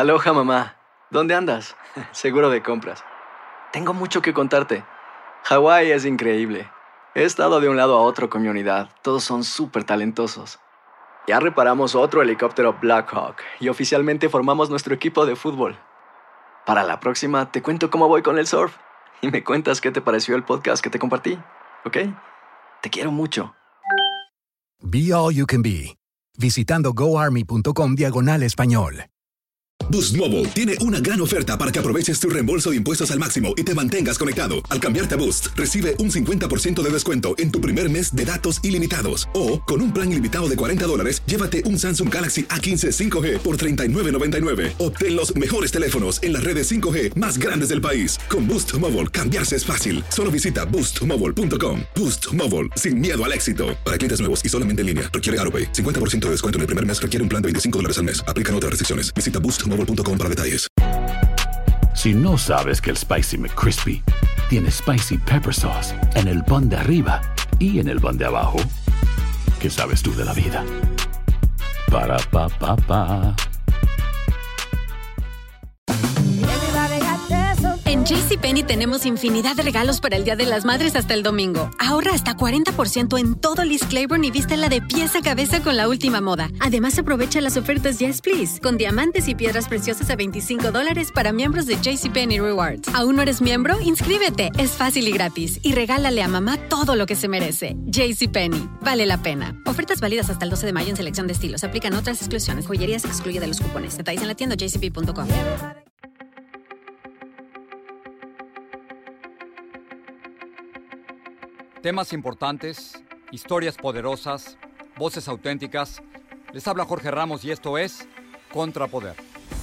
Aloha, mamá. ¿Dónde andas? Seguro de compras. Tengo mucho que contarte. Hawái es increíble. He estado de un lado a otro con mi unidad. Todos son súper talentosos. Ya reparamos otro helicóptero Blackhawk y oficialmente formamos nuestro equipo de fútbol. Para la próxima te cuento cómo voy con el surf y me cuentas qué te pareció el podcast que te compartí, ¿ok? Te quiero mucho. Be All You Can Be, visitando goarmy.com/español. Boost Mobile tiene una gran oferta para que aproveches tu reembolso de impuestos al máximo y te mantengas conectado. Al cambiarte a Boost, recibe un 50% de descuento en tu primer mes de datos ilimitados. O, con un plan ilimitado de $40, llévate un Samsung Galaxy A15 5G por $39.99. Obtén los mejores teléfonos en las redes 5G más grandes del país. Con Boost Mobile, cambiarse es fácil. Solo visita boostmobile.com. Boost Mobile, sin miedo al éxito. Para clientes nuevos y solamente en línea, requiere AutoPay. 50% de descuento en el primer mes requiere un plan de $25 al mes. Aplican otras restricciones. Visita boostmobile.com para detalles. Si no sabes que el Spicy McCrispy tiene Spicy Pepper Sauce en el pan de arriba y en el pan de abajo, ¿qué sabes tú de la vida? Para, pa, pa, pa. En JCPenney tenemos infinidad de regalos para el Día de las Madres hasta el domingo. Ahorra hasta 40% en todo Liz Claiborne y vístela de pies a cabeza con la última moda. Además, aprovecha las ofertas Yes Please, con diamantes y piedras preciosas a $25 para miembros de JCPenney Rewards. ¿Aún no eres miembro? ¡Inscríbete! Es fácil y gratis. Y regálale a mamá todo lo que se merece. JCPenney. Vale la pena. Ofertas válidas hasta el 12 de mayo en selección de estilos. Aplican otras exclusiones. Joyería se excluye de los cupones. Detalles en la tienda jcp.com. Temas importantes, historias poderosas, voces auténticas. Les habla Jorge Ramos y esto es Contrapoder.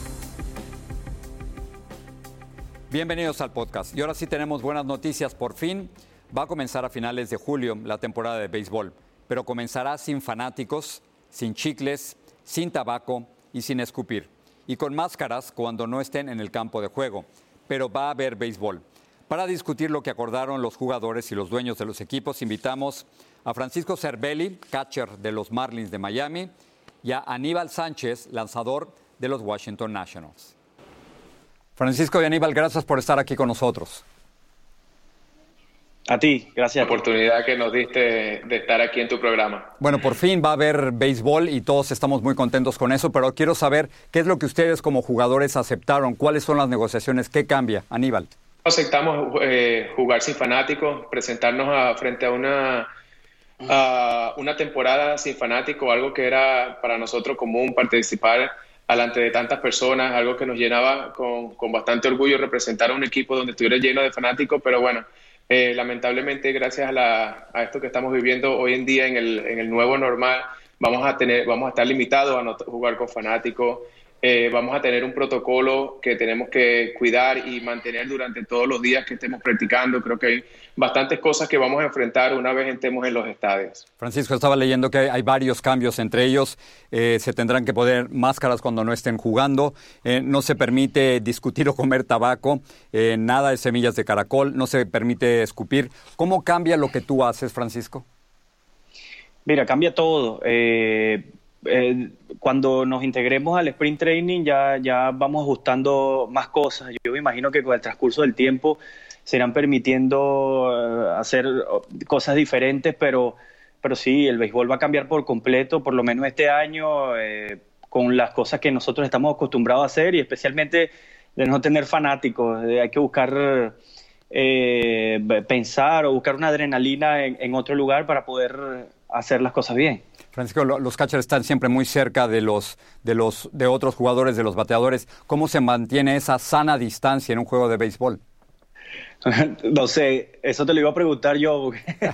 Bienvenidos al podcast. Y ahora sí tenemos buenas noticias. Por fin va a comenzar a finales de julio la temporada de béisbol. Pero comenzará sin fanáticos, sin chicles, sin tabaco y sin escupir. Y con máscaras cuando no estén en el campo de juego. Pero va a haber béisbol. Para discutir lo que acordaron los jugadores y los dueños de los equipos, invitamos a Francisco Cervelli, catcher de los Marlins de Miami, y a Aníbal Sánchez, lanzador de los Washington Nationals. Francisco y Aníbal, gracias por estar aquí con nosotros. A ti, gracias. La oportunidad que nos diste de estar aquí en tu programa. Bueno, por fin va a haber béisbol y todos estamos muy contentos con eso, pero quiero saber qué es lo que ustedes como jugadores aceptaron, cuáles son las negociaciones, qué cambia. Aníbal. Aceptamos jugar sin fanáticos, presentarnos frente a una temporada sin fanáticos, algo que era para nosotros común, participar delante de tantas personas, algo que nos llenaba con bastante orgullo representar a un equipo donde estuviera lleno de fanáticos, pero bueno, lamentablemente gracias a esto que estamos viviendo hoy en día en el nuevo normal, vamos a estar limitados a no jugar con fanáticos. Vamos a tener un protocolo que tenemos que cuidar y mantener durante todos los días que estemos practicando. Creo que hay bastantes cosas que vamos a enfrentar una vez estemos en los estadios. Francisco, estaba leyendo que hay varios cambios, entre ellos se tendrán que poner máscaras cuando no estén jugando, no se permite discutir o comer tabaco, nada de semillas de caracol, no se permite escupir. ¿Cómo cambia lo que tú haces, Francisco? Mira, cambia todo. Cuando nos integremos al sprint training ya vamos ajustando más cosas. Yo me imagino que con el transcurso del tiempo se irán permitiendo hacer cosas diferentes, pero sí, el béisbol va a cambiar por completo, por lo menos este año, con las cosas que nosotros estamos acostumbrados a hacer y especialmente de no tener fanáticos. Hay que buscar pensar o buscar una adrenalina en otro lugar para poder hacer las cosas bien. Francisco, los catchers están siempre muy cerca de otros jugadores, de los bateadores. ¿Cómo se mantiene esa sana distancia en un juego de béisbol? No sé, eso te lo iba a preguntar yo.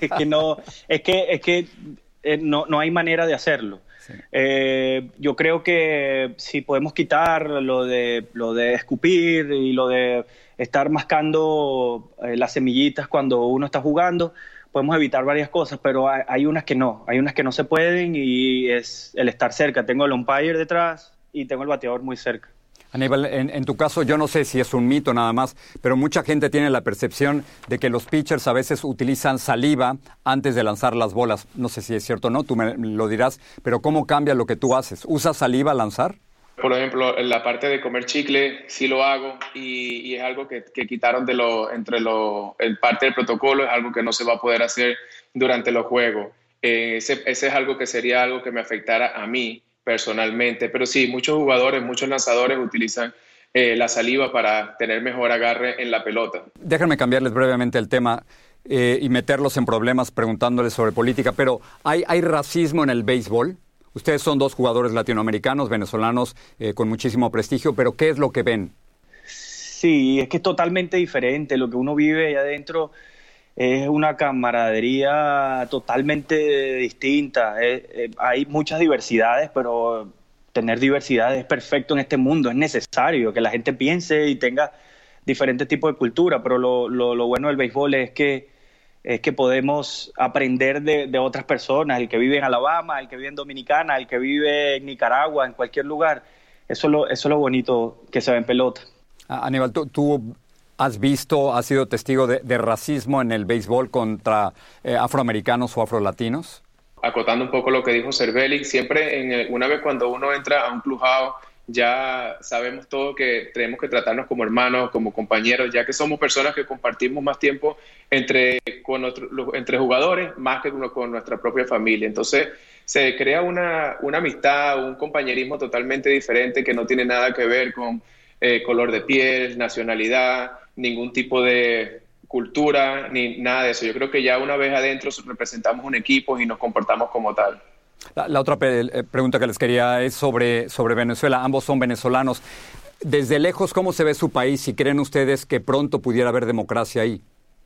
No hay manera de hacerlo. Sí. Yo creo que si podemos quitar lo de escupir y lo de estar mascando las semillitas cuando uno está jugando, podemos evitar varias cosas, pero hay unas que no se pueden y es el estar cerca. Tengo el umpire detrás y tengo el bateador muy cerca. Aníbal, en tu caso, yo no sé si es un mito nada más, pero mucha gente tiene la percepción de que los pitchers a veces utilizan saliva antes de lanzar las bolas. No sé si es cierto o no, tú me lo dirás, pero ¿cómo cambia lo que tú haces? ¿Usas saliva al lanzar? Por ejemplo, en la parte de comer chicle sí lo hago y es algo que quitaron el parte del protocolo, es algo que no se va a poder hacer durante los juegos. Ese es algo que sería algo que me afectara a mí personalmente, pero sí, muchos jugadores, muchos lanzadores utilizan la saliva para tener mejor agarre en la pelota. Déjenme cambiarles brevemente el tema y meterlos en problemas preguntándoles sobre política, pero ¿hay racismo en el béisbol? Ustedes son dos jugadores latinoamericanos, venezolanos, con muchísimo prestigio, pero ¿qué es lo que ven? Sí, es que es totalmente diferente. Lo que uno vive allá adentro es una camaradería totalmente distinta. Hay muchas diversidades, pero tener diversidad es perfecto en este mundo. Es necesario que la gente piense y tenga diferentes tipos de cultura, pero lo bueno del béisbol es que podemos aprender de otras personas, el que vive en Alabama, el que vive en Dominicana, el que vive en Nicaragua, en cualquier lugar. Eso es lo bonito que se ve en pelota. Aníbal, ¿tú has visto, has sido testigo de racismo en el béisbol contra afroamericanos o afrolatinos? Acotando un poco lo que dijo Cervelli, siempre una vez cuando uno entra a un clubhouse, ya sabemos todo que tenemos que tratarnos como hermanos, como compañeros, ya que somos personas que compartimos más tiempo entre jugadores más que con nuestra propia familia. Entonces se crea una amistad, un compañerismo totalmente diferente que no tiene nada que ver con color de piel, nacionalidad, ningún tipo de cultura, ni nada de eso. Yo creo que ya una vez adentro representamos un equipo y nos comportamos como tal. La otra pregunta que les quería es sobre Venezuela. Ambos son venezolanos. Desde lejos, ¿cómo se ve su país y creen ustedes que pronto pudiera haber democracia ahí?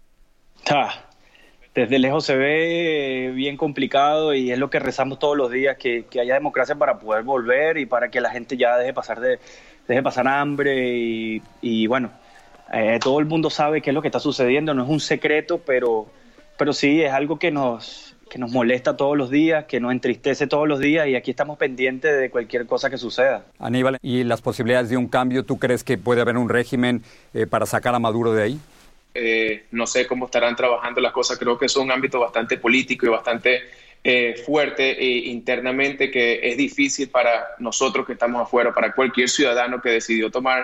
Desde lejos se ve bien complicado y es lo que rezamos todos los días, que haya democracia para poder volver y para que la gente ya deje pasar hambre y bueno, todo el mundo sabe qué es lo que está sucediendo, no es un secreto, pero sí es algo que nos molesta todos los días, que nos entristece todos los días y aquí estamos pendientes de cualquier cosa que suceda. Aníbal, ¿y las posibilidades de un cambio? ¿Tú crees que puede haber un régimen para sacar a Maduro de ahí? No sé cómo estarán trabajando las cosas, creo que es un ámbito bastante político y bastante fuerte internamente, que es difícil para nosotros que estamos afuera, para cualquier ciudadano que decidió tomar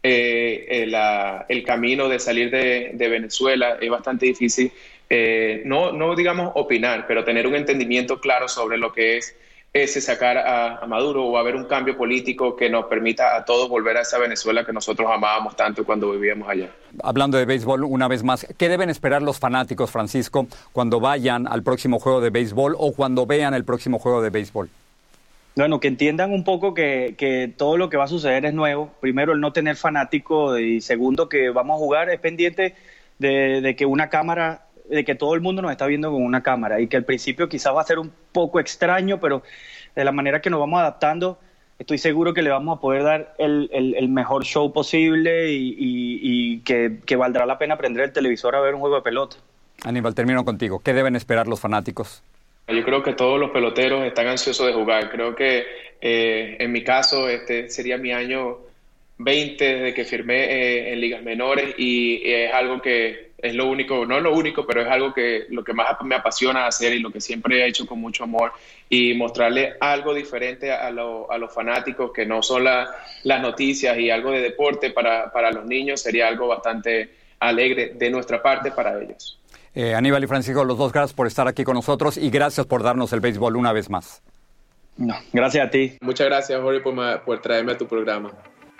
el camino de salir de Venezuela, es bastante difícil. No digamos opinar, pero tener un entendimiento claro sobre lo que es ese sacar a Maduro o haber un cambio político que nos permita a todos volver a esa Venezuela que nosotros amábamos tanto cuando vivíamos allá. Hablando de béisbol, una vez más, ¿qué deben esperar los fanáticos, Francisco, cuando vayan al próximo juego de béisbol o cuando vean el próximo juego de béisbol? Bueno, que entiendan un poco que todo lo que va a suceder es nuevo. Primero, el no tener fanático y segundo, que vamos a jugar es pendiente de que una cámara, de que todo el mundo nos está viendo con una cámara y que al principio quizás va a ser un poco extraño, pero de la manera que nos vamos adaptando, estoy seguro que le vamos a poder dar el mejor show posible y que valdrá la pena prender el televisor a ver un juego de pelota. Aníbal, termino contigo. ¿Qué deben esperar los fanáticos? Yo creo que todos los peloteros están ansiosos de jugar. Creo que en mi caso este sería mi año 20 desde que firmé en ligas menores y es algo que es lo único, no lo único, pero es algo que lo que más me apasiona hacer y lo que siempre he hecho con mucho amor y mostrarle algo diferente a los fanáticos que no son las noticias y algo de deporte para los niños sería algo bastante alegre de nuestra parte para ellos. Aníbal y Francisco, los dos, gracias por estar aquí con nosotros y gracias por darnos el béisbol una vez más. No, gracias a ti. Muchas gracias, Jorge, por traerme a tu programa.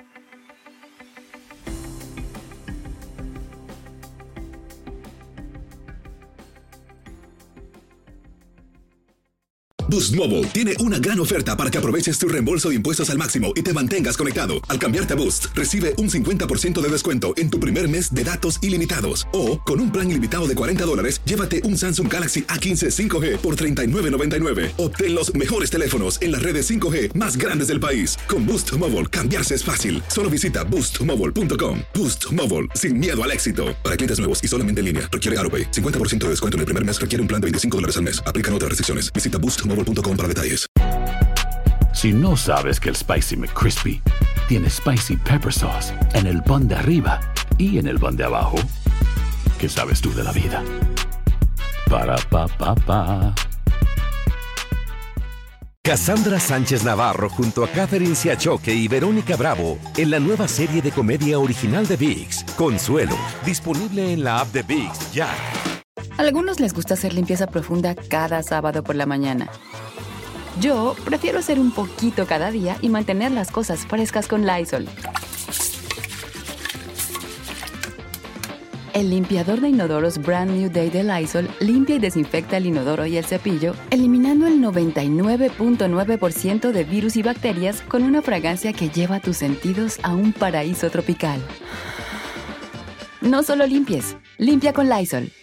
Boost Mobile tiene una gran oferta para que aproveches tu reembolso de impuestos al máximo y te mantengas conectado. Al cambiarte a Boost, recibe un 50% de descuento en tu primer mes de datos ilimitados. O, con un plan ilimitado de $40, llévate un Samsung Galaxy A15 5G por $39.99. Obtén los mejores teléfonos en las redes 5G más grandes del país. Con Boost Mobile, cambiarse es fácil. Solo visita boostmobile.com. Boost Mobile, sin miedo al éxito. Para clientes nuevos y solamente en línea, requiere AutoPay. 50% de descuento en el primer mes requiere un plan de $25 al mes. Aplican otras restricciones. Visita boostmobile.com para detalles. Si no sabes que el Spicy McCrispy tiene Spicy Pepper Sauce en el pan de arriba y en el pan de abajo, ¿qué sabes tú de la vida? Para, pa, pa, pa. Cassandra Sánchez Navarro junto a Catherine Siachoque y Verónica Bravo en la nueva serie de comedia original de ViX, Consuelo, disponible en la app de ViX ya. A algunos les gusta hacer limpieza profunda cada sábado por la mañana. Yo prefiero hacer un poquito cada día y mantener las cosas frescas con Lysol. El limpiador de inodoros Brand New Day de Lysol limpia y desinfecta el inodoro y el cepillo, eliminando el 99.9% de virus y bacterias con una fragancia que lleva tus sentidos a un paraíso tropical. No solo limpies, limpia con Lysol.